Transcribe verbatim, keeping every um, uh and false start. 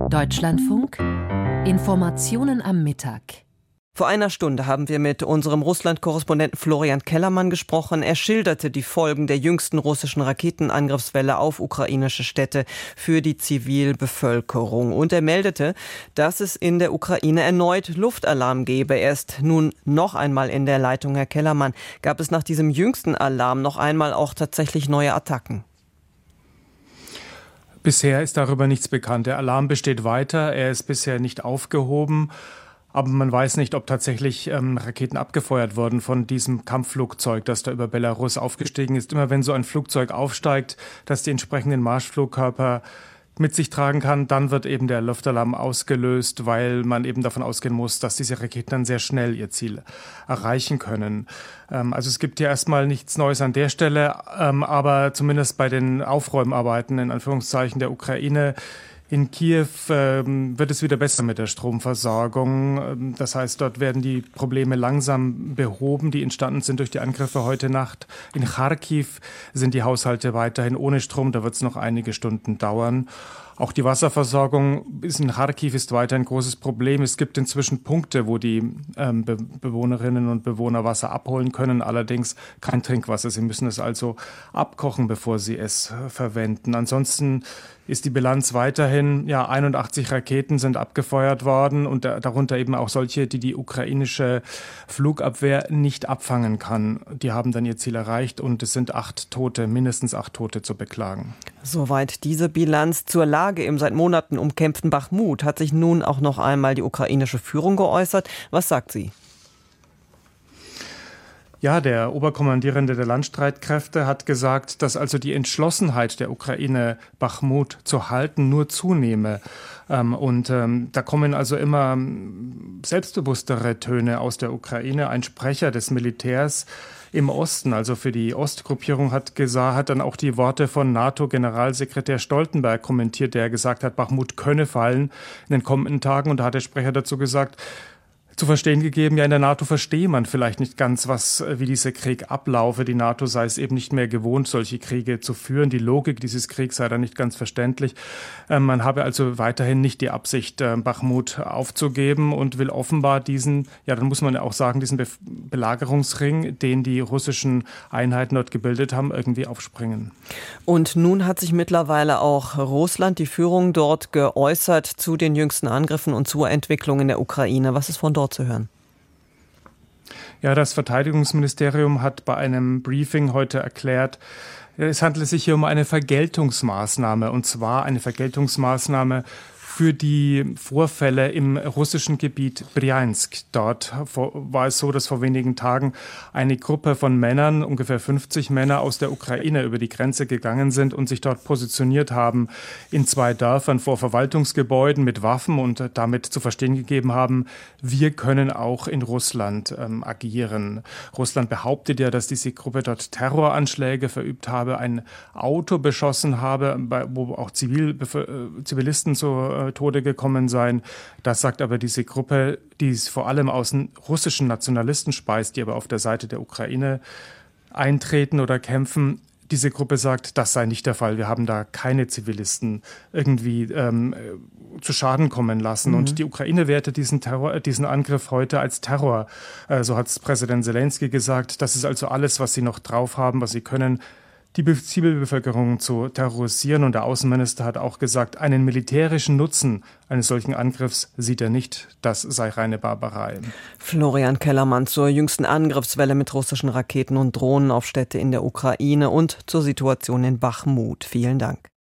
Deutschlandfunk Informationen am Mittag. Vor einer Stunde haben wir mit unserem Russland-Korrespondenten Florian Kellermann gesprochen. Er schilderte die Folgen der jüngsten russischen Raketenangriffswelle auf ukrainische Städte für die Zivilbevölkerung. Und er meldete, dass es in der Ukraine erneut Luftalarm gebe. Er ist nun noch einmal in der Leitung. Herr Kellermann, gab es nach diesem jüngsten Alarm noch einmal auch tatsächlich neue Attacken? Bisher ist darüber nichts bekannt. Der Alarm besteht weiter. Er ist bisher nicht aufgehoben. Aber man weiß nicht, ob tatsächlich ähm, Raketen abgefeuert wurden von diesem Kampfflugzeug, das da über Belarus aufgestiegen ist. Immer wenn so ein Flugzeug aufsteigt, das die entsprechenden Marschflugkörper mit sich tragen kann, dann wird eben der Luftalarm ausgelöst, weil man eben davon ausgehen muss, dass diese Raketen dann sehr schnell ihr Ziel erreichen können. Ähm, also es gibt hier erstmal nichts Neues an der Stelle, ähm, aber zumindest bei den Aufräumarbeiten in Anführungszeichen der Ukraine in Kiew ähm, wird es wieder besser mit der Stromversorgung. Das heißt, dort werden die Probleme langsam behoben, die entstanden sind durch die Angriffe heute Nacht. In Charkiw sind die Haushalte weiterhin ohne Strom. Da wird es noch einige Stunden dauern. Auch die Wasserversorgung in Charkiw ist weiter ein großes Problem. Es gibt inzwischen Punkte, wo die ähm, Be- Bewohnerinnen und Bewohner Wasser abholen können, allerdings kein Trinkwasser. Sie müssen es also abkochen, bevor sie es äh, verwenden. Ansonsten ist die Bilanz weiterhin, ja, einundachtzig Raketen sind abgefeuert worden und da, darunter eben auch solche, die die ukrainische Flugabwehr nicht abfangen kann. Die haben dann ihr Ziel erreicht und es sind acht Tote, mindestens acht Tote zu beklagen. Soweit diese Bilanz. Zur Lage im seit Monaten umkämpften Bachmut hat sich nun auch noch einmal die ukrainische Führung geäußert. Was sagt sie? Ja, der Oberkommandierende der Landstreitkräfte hat gesagt, dass also die Entschlossenheit der Ukraine, Bachmut zu halten, nur zunehme. Ähm, und ähm, da kommen also immer selbstbewusstere Töne aus der Ukraine. Ein Sprecher des Militärs im Osten, also für die Ostgruppierung, hat gesagt, hat dann auch die Worte von NATO-Generalsekretär Stoltenberg kommentiert, der gesagt hat, Bachmut könne fallen in den kommenden Tagen. Und da hat der Sprecher dazu gesagt, zu verstehen gegeben, ja, in der NATO verstehe man vielleicht nicht ganz, was, wie dieser Krieg ablaufe. Die NATO sei es eben nicht mehr gewohnt, solche Kriege zu führen. Die Logik dieses Kriegs sei da nicht ganz verständlich. Ähm, man habe also weiterhin nicht die Absicht, äh, Bachmut aufzugeben und will offenbar diesen, ja, dann muss man ja auch sagen, diesen Be- Belagerungsring, den die russischen Einheiten dort gebildet haben, irgendwie aufspringen. Und nun hat sich mittlerweile auch Russland, die Führung dort, geäußert zu den jüngsten Angriffen und zur Entwicklung in der Ukraine. Was ist von dort zu hören? Ja, das Verteidigungsministerium hat bei einem Briefing heute erklärt, es handelt sich hier um eine Vergeltungsmaßnahme, und zwar eine Vergeltungsmaßnahme für die Vorfälle im russischen Gebiet Bryansk. Dort war es so, dass vor wenigen Tagen eine Gruppe von Männern, ungefähr fünfzig Männer aus der Ukraine, über die Grenze gegangen sind und sich dort positioniert haben in zwei Dörfern vor Verwaltungsgebäuden mit Waffen und damit zu verstehen gegeben haben, wir können auch in Russland ähm, agieren. Russland behauptet ja, dass diese Gruppe dort Terroranschläge verübt habe, ein Auto beschossen habe, wo auch Zivil, äh, Zivilisten zu äh, Tode gekommen seien. Das sagt aber diese Gruppe, die es vor allem aus russischen Nationalisten speist, die aber auf der Seite der Ukraine eintreten oder kämpfen. Diese Gruppe sagt, das sei nicht der Fall. Wir haben da keine Zivilisten irgendwie ähm, zu Schaden kommen lassen. Mhm. Und die Ukraine wertet diesen Terror, diesen Angriff heute als Terror. Äh, so hat es Präsident Zelensky gesagt. Das ist also alles, was sie noch drauf haben, was sie können, die Zivilbevölkerung zu terrorisieren. Und der Außenminister hat auch gesagt, einen militärischen Nutzen eines solchen Angriffs sieht er nicht. Das sei reine Barbarei. Florian Kellermann zur jüngsten Angriffswelle mit russischen Raketen und Drohnen auf Städte in der Ukraine und zur Situation in Bachmut. Vielen Dank.